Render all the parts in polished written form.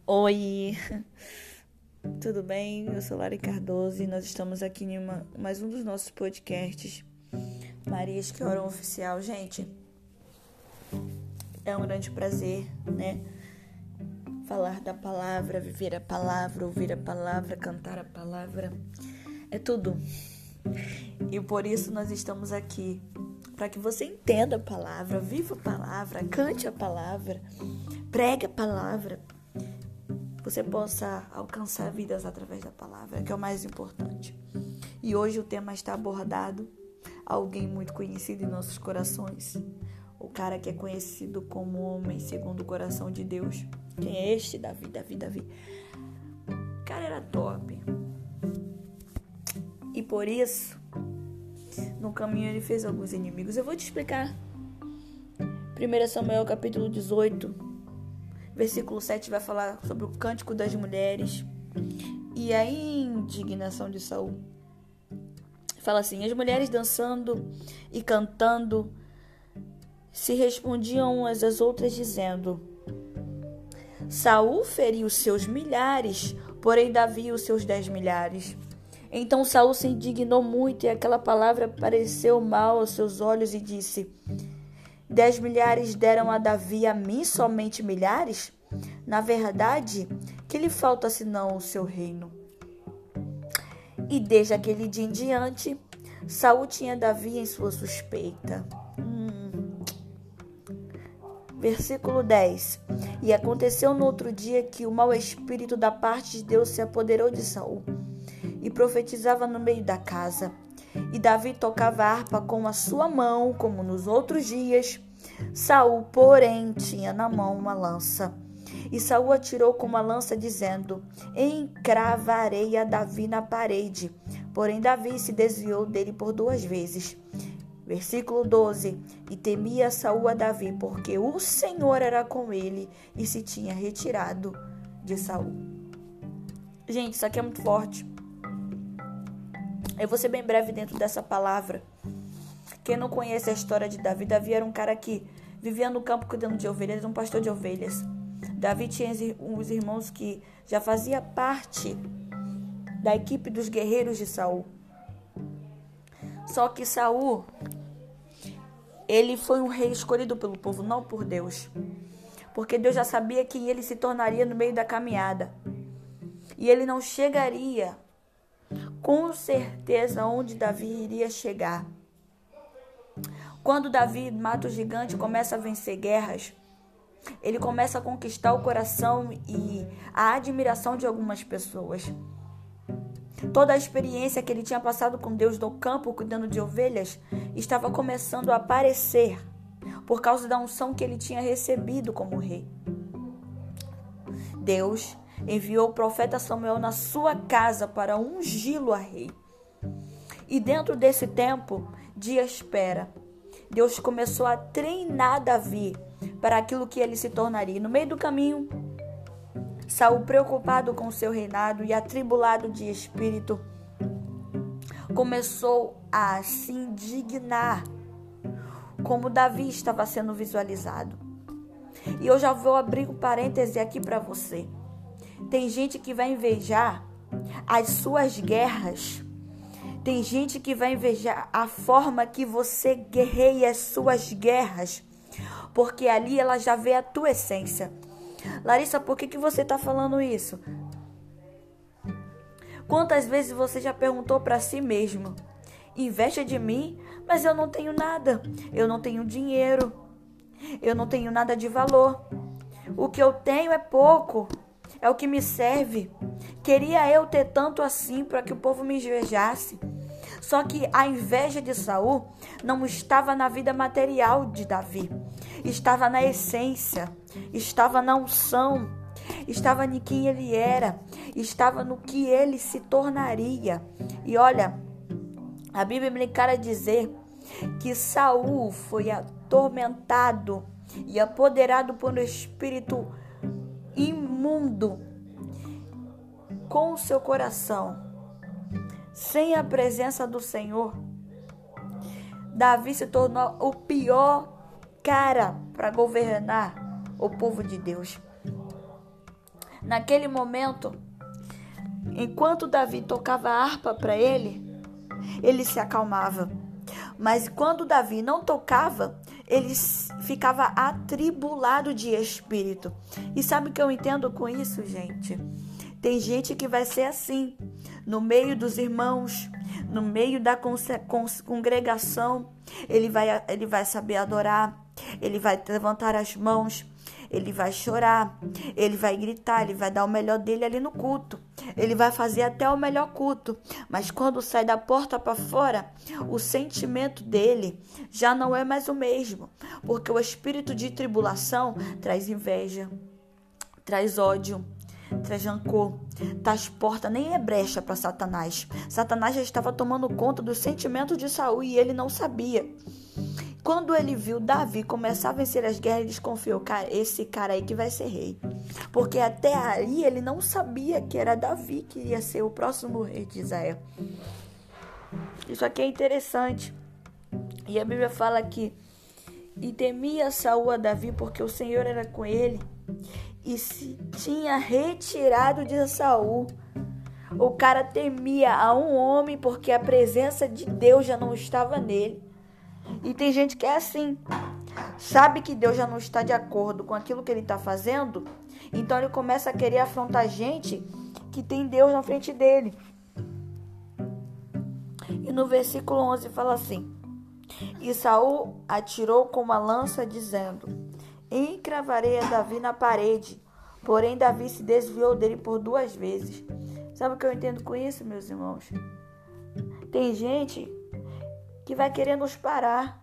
Oi, tudo bem? Eu sou Lari Cardoso e nós estamos aqui em mais um dos nossos podcasts, Marias que Oram Oficial. Gente, é um grande prazer, né? Falar da palavra, viver a palavra, ouvir a palavra, cantar a palavra, é tudo. E por isso nós estamos aqui, para que você entenda a palavra, viva a palavra, cante a palavra, pregue a palavra. Você possa alcançar vidas através da palavra, que é o mais importante. E hoje o tema está abordado, alguém muito conhecido em nossos corações, o cara que é conhecido como homem segundo o coração de Deus. Quem é este? Davi. O cara era top. E por isso, no caminho ele fez alguns inimigos. Eu vou te explicar. 1 Samuel capítulo 18, versículo 7 vai falar sobre o cântico das mulheres e a indignação de Saul. Fala assim: as mulheres dançando e cantando se respondiam umas às outras dizendo: Saul feriu os seus milhares, porém Davi os seus 10 milhares. Então Saul se indignou muito e aquela palavra pareceu mal aos seus olhos e disse: 10 milhares deram a Davi, a mim somente milhares? Na verdade, que lhe falta senão o seu reino? E desde aquele dia em diante, Saul tinha Davi em sua suspeita. Versículo 10. E aconteceu no outro dia que o mau espírito da parte de Deus se apoderou de Saul e profetizava no meio da casa. E Davi tocava a harpa com a sua mão, como nos outros dias. Saul, porém, tinha na mão uma lança. E Saul atirou com uma lança, dizendo: encravarei a Davi na parede. Porém, Davi se desviou dele por 2 vezes. Versículo 12. E temia Saul a Davi, porque o Senhor era com ele e se tinha retirado de Saul. Gente, isso aqui é muito forte. Eu vou ser bem breve dentro dessa palavra. Quem não conhece a história de Davi, Davi era um cara que vivia no campo cuidando de ovelhas, um pastor de ovelhas. Davi tinha uns irmãos que já fazia parte da equipe dos guerreiros de Saul. Só que Saul, ele foi um rei escolhido pelo povo, não por Deus. Porque Deus já sabia quem ele se tornaria no meio da caminhada. E ele não chegaria com certeza onde Davi iria chegar. Quando Davi mata o gigante e começa a vencer guerras, ele começa a conquistar o coração e a admiração de algumas pessoas. Toda a experiência que ele tinha passado com Deus no campo, cuidando de ovelhas, estava começando a aparecer por causa da unção que ele tinha recebido como rei. Deus enviou o profeta Samuel na sua casa para ungí-lo a rei. E dentro desse tempo de espera, Deus começou a treinar Davi para aquilo que ele se tornaria. No meio do caminho, Saul, preocupado com o seu reinado e atribulado de espírito, começou a se indignar como Davi estava sendo visualizado. E eu já vou abrir um parêntese aqui para você. Tem gente que vai invejar as suas guerras. Tem gente que vai invejar a forma que você guerreia as suas guerras. Porque ali ela já vê a tua essência. Larissa, por que você está falando isso? Quantas vezes você já perguntou para si mesmo: inveja de mim, mas eu não tenho nada. Eu não tenho dinheiro. Eu não tenho nada de valor. O que eu tenho é pouco. É o que me serve. Queria eu ter tanto assim para que o povo me invejasse. Só que a inveja de Saul não estava na vida material de Davi. Estava na essência. Estava na unção. Estava em quem ele era. Estava no que ele se tornaria. E olha, a Bíblia me encara dizer que Saul foi atormentado e apoderado por um espírito imundo com o seu coração. Sem a presença do Senhor, Davi se tornou o pior cara para governar o povo de Deus. Naquele momento, enquanto Davi tocava a harpa para ele se acalmava. Mas quando Davi não tocava, ele ficava atribulado de espírito. E sabe o que eu entendo com isso, gente? Tem gente que vai ser assim, no meio dos irmãos, no meio da congregação, ele vai saber adorar, ele vai levantar as mãos, ele vai chorar, ele vai gritar, ele vai dar o melhor dele ali no culto. Ele vai fazer até o melhor culto. Mas quando sai da porta para fora, o sentimento dele já não é mais o mesmo. Porque o espírito de tribulação traz inveja, traz ódio, traz rancor, traz porta, nem é brecha para Satanás. Satanás já estava tomando conta do sentimento de Saul e ele não sabia. Quando ele viu Davi começar a vencer as guerras, ele desconfiou, cara, esse cara aí que vai ser rei. Porque até aí ele não sabia que era Davi que iria ser o próximo rei de Israel. Isso aqui é interessante. E a Bíblia fala que e temia Saul a Davi porque o Senhor era com ele e se tinha retirado de Saul. O cara temia a um homem porque a presença de Deus já não estava nele. E tem gente que é assim, sabe que Deus já não está de acordo com aquilo que ele está fazendo, então ele começa a querer afrontar gente que tem Deus na frente dele. E no versículo 11 fala assim: e Saul atirou com uma lança, dizendo: encravarei a Davi na parede. Porém Davi se desviou dele por 2 vezes. Sabe o que eu entendo com isso, meus irmãos? Tem gente que vai querer nos parar.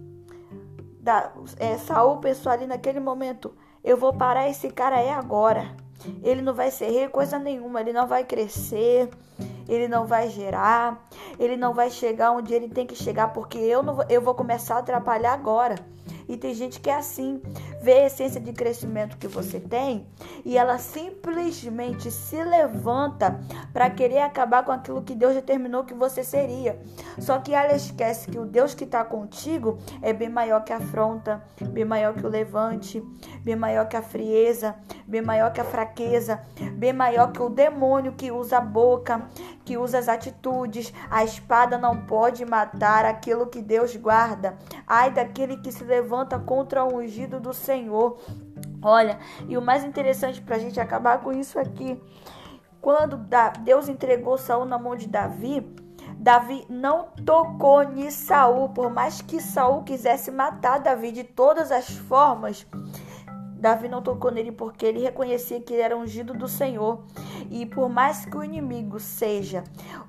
Saul pensou ali naquele momento: eu vou parar esse cara aí agora. Ele não vai ser rei coisa nenhuma, ele não vai crescer, ele não vai gerar, ele não vai chegar onde ele tem que chegar, porque eu vou começar a atrapalhar agora. E tem gente que é assim, vê a essência de crescimento que você tem e ela simplesmente se levanta para querer acabar com aquilo que Deus determinou que você seria. Só que ela esquece que o Deus que está contigo é bem maior que a afronta, bem maior que o levante, bem maior que a frieza, bem maior que a fraqueza, bem maior que o demônio que usa a boca, que usa as atitudes. A espada não pode matar aquilo que Deus guarda. Ai daquele que se levanta contra o ungido do Senhor. Olha, e o mais interessante para a gente acabar com isso aqui, quando Deus entregou Saul na mão de Davi, Davi não tocou em Saul, por mais que Saul quisesse matar Davi de todas as formas. Davi não tocou nele porque ele reconhecia que ele era ungido do Senhor. E por mais que o inimigo seja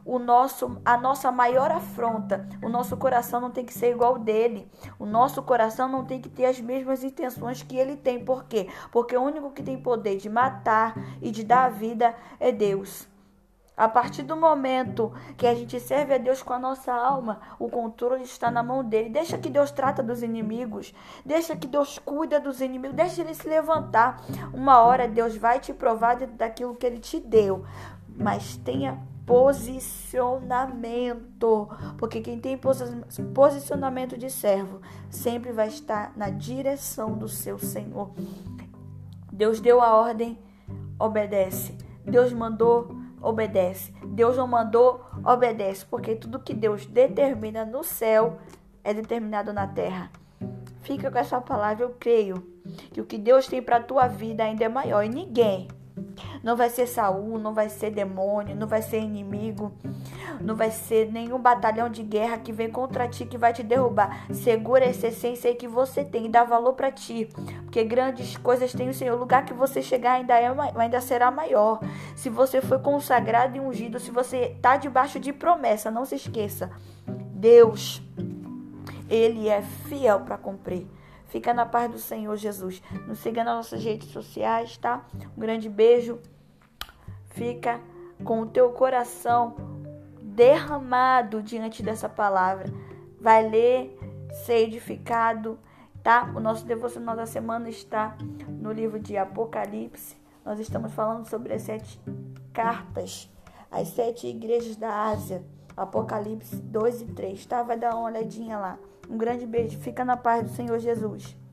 a nossa maior afronta, o nosso coração não tem que ser igual ao dele. O nosso coração não tem que ter as mesmas intenções que ele tem. Por quê? Porque o único que tem poder de matar e de dar a vida é Deus. A partir do momento que a gente serve a Deus com a nossa alma, o controle está na mão dele. Deixa que Deus trata dos inimigos. Deixa que Deus cuida dos inimigos. Deixa ele se levantar. Uma hora Deus vai te provar daquilo que ele te deu. Mas tenha posicionamento. Porque quem tem posicionamento de servo sempre vai estar na direção do seu Senhor. Deus deu a ordem, obedece. Deus mandou, obedece. Deus não mandou, obedece. Porque tudo que Deus determina no céu é determinado na terra. Fica com essa palavra, eu creio que o que Deus tem para a tua vida ainda é maior. E ninguém, não vai ser Saul, não vai ser demônio, não vai ser inimigo, não vai ser nenhum batalhão de guerra que vem contra ti, que vai te derrubar. Segura essa essência aí que você tem e dá valor para ti, porque grandes coisas tem o Senhor. O lugar que você chegar ainda será maior. Se você foi consagrado e ungido, se você está debaixo de promessa, não se esqueça, Deus, Ele é fiel para cumprir. Fica na paz do Senhor Jesus. Nos siga nas nossas redes sociais, tá? Um grande beijo. Fica com o teu coração derramado diante dessa palavra. Vai ler, ser edificado, tá? O nosso devocional da semana está no livro de Apocalipse. Nós estamos falando sobre as 7 cartas, as 7 igrejas da Ásia. Apocalipse 2 e 3, tá? Vai dar uma olhadinha lá. Um grande beijo. Fica na paz do Senhor Jesus.